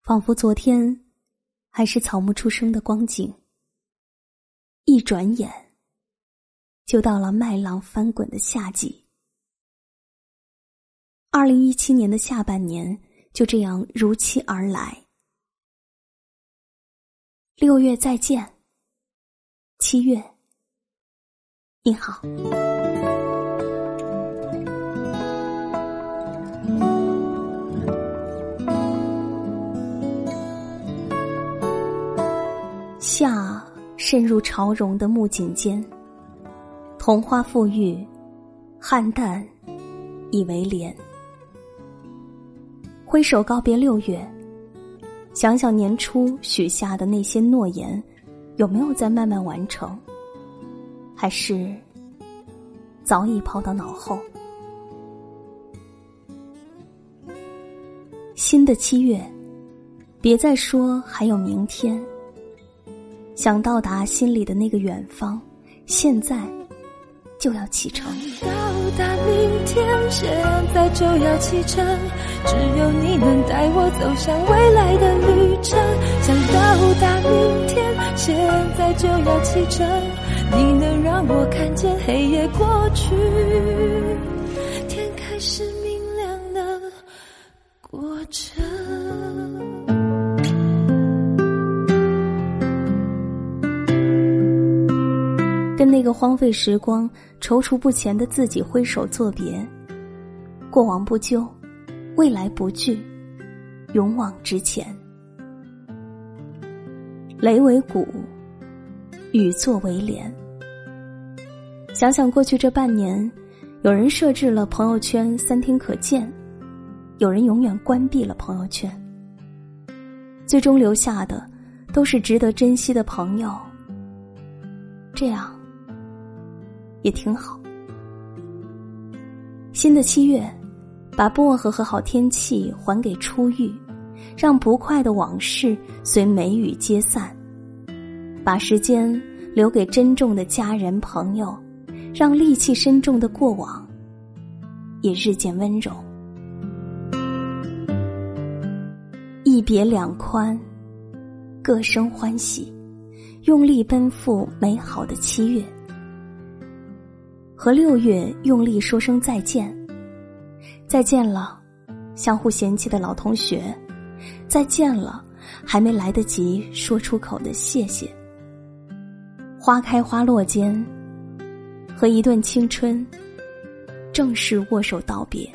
仿佛昨天还是草木初生的光景，一转眼就到了麦浪翻滚的夏季。2017年的下半年就这样如期而来。6月再见，7月你好。夏渗入潮溶的木槿间，桐花馥郁，菡萏已为莲。挥手告别6月，想想年初许下的那些诺言，有没有在慢慢完成，还是早已抛到脑后？新的7月，别再说还有明天，想到达心里的那个远方，现在就要启程。 到达明天，现在就要启程，只有你能带我走向未来的旅程。想到达明天，现在就要启程，你能让我看见黑夜过去，天开始明亮的过程。 跟那个荒废时光踌躇不前的自己挥手作别，过往不究，未来不惧，勇往直前。雷为鼓，雨作为帘。想想过去这半年，有人设置了朋友圈3天可见，有人永远关闭了朋友圈，最终留下的都是值得珍惜的朋友，这样也挺好。新的7月，把薄荷和好天气还给初遇，让不快的往事随梅雨皆散，把时间留给珍重的家人朋友，让戾气深重的过往也日渐温柔。一别两宽，各生欢喜，用力奔赴美好的7月。和6月用力说声再见，再见了相互嫌弃的老同学，再见了还没来得及说出口的谢谢。花开花落间，和一段青春正式握手道别。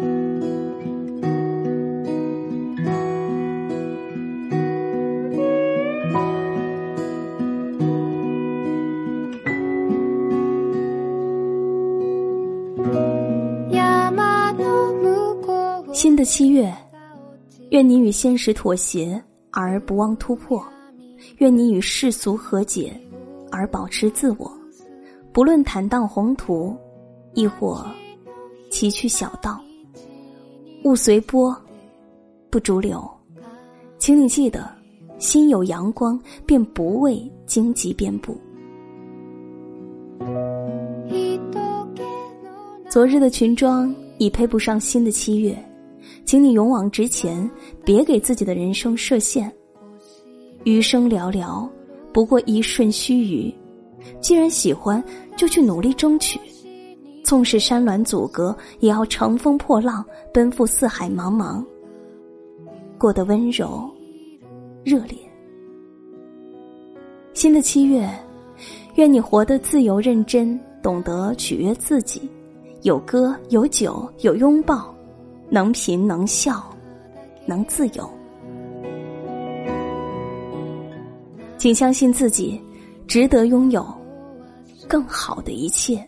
新的7月，愿你与现实妥协而不忘突破，愿你与世俗和解而保持自我，不论坦荡宏图，亦或崎岖小道，勿随波，不逐流。请你记得，心有阳光，便不畏荆棘遍布。昨日的裙装已配不上新的7月，请你勇往直前，别给自己的人生设限。余生寥寥，不过一瞬须臾，既然喜欢，就去努力争取。纵使山峦阻隔，也要乘风破浪，奔赴四海茫茫，过得温柔热烈。新的7月，愿你活得自由认真，懂得取悦自己，有歌有酒有拥抱，能贫能笑能自由。请相信自己，值得拥有更好的一切。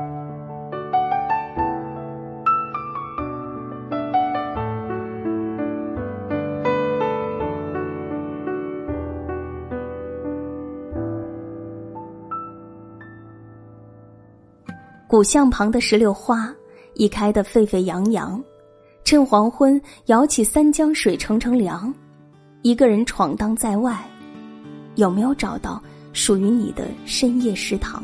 古巷旁的石榴花已开得沸沸扬扬，趁黄昏舀起3江水乘乘凉。一个人闯荡在外，有没有找到属于你的深夜食堂？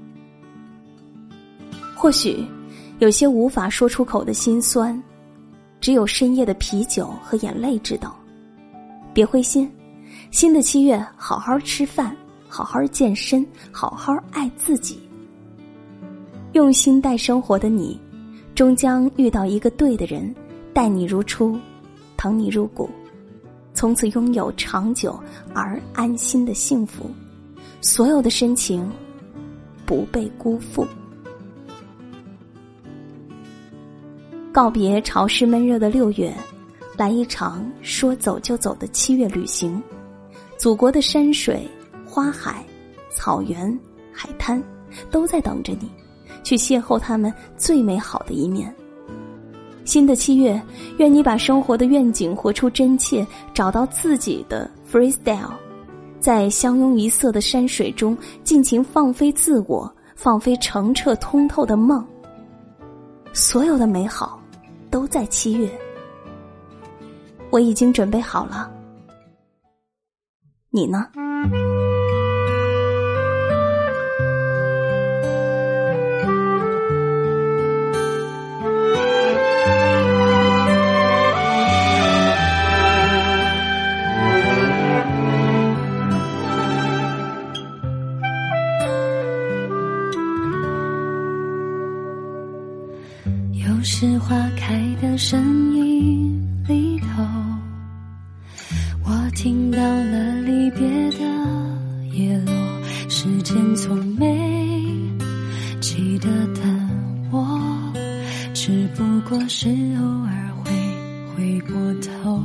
或许有些无法说出口的心酸，只有深夜的啤酒和眼泪知道。 别灰心，新的7月好好吃饭，好好健身，好好爱自己。用心待生活的你，终将遇到一个对的人，待你如初，疼你入骨，从此拥有长久而安心的幸福，所有的深情不被辜负。告别潮湿闷热的6月，来一场说走就走的7月旅行。祖国的山水、花海、草原、海滩都在等着你，去邂逅他们最美好的一面。新的7月，愿你把生活的愿景活出真切，找到自己的 freestyle， 在相拥一色的山水中尽情放飞自我，放飞澄澈通透的梦。所有的美好都在7月，我已经准备好了，你呢？ 又是花开的声音里头，我听到了离别的叶落，时间从没记得的我，只不过是偶尔会回过头。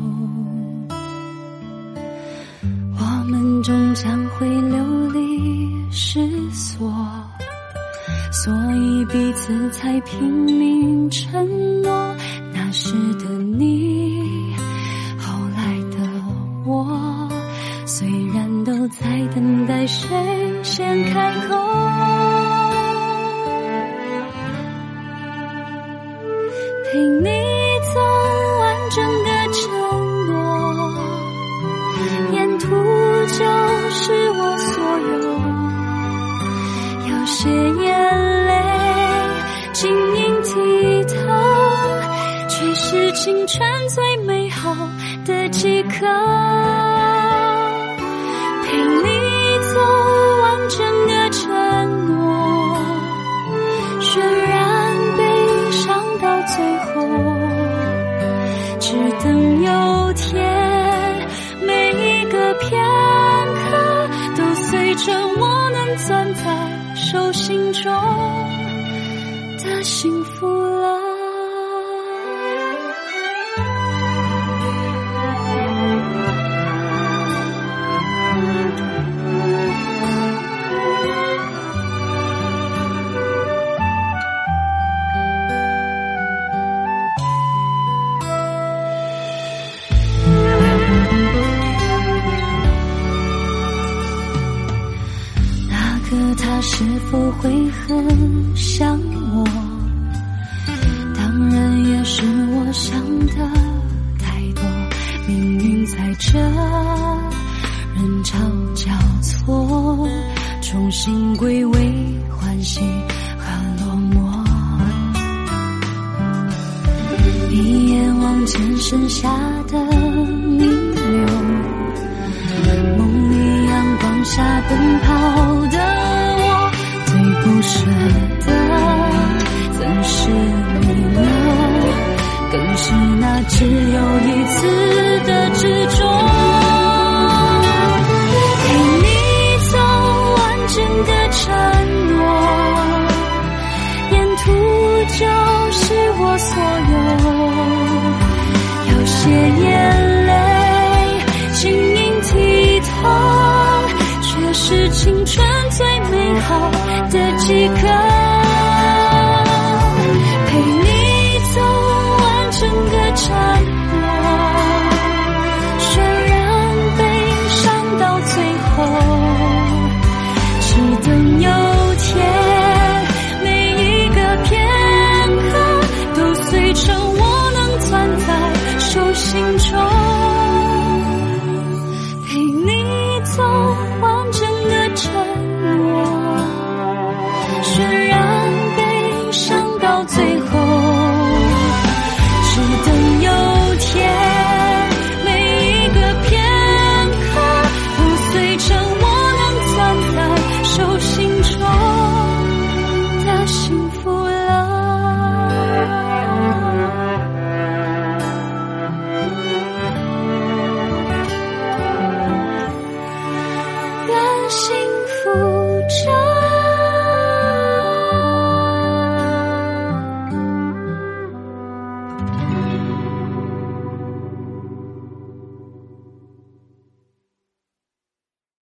我们终将会流离失所，所以彼此才拼命承诺，那时的你，后来的我，虽然都在等待谁先开口，陪你走完整个承诺，沿途就是我所有，有些眼泪晶莹剔透，却是青春最美好的几刻。陪你走完整个承诺，虽然悲伤到最后，只等有天每一个片刻都随着我能攥在手心中的幸福了。他是否会很想我？当然也是我想的太多，命运在这人潮交错，重新归位欢喜和落寞。一眼望见剩下的逆流，梦里阳光下奔跑的不舍得，怎是你呢？更是那只有一次的执着。陪你走完整个承诺，沿途就是我所有，有些眼泪晶莹剔透，却是青春最美好的几刻。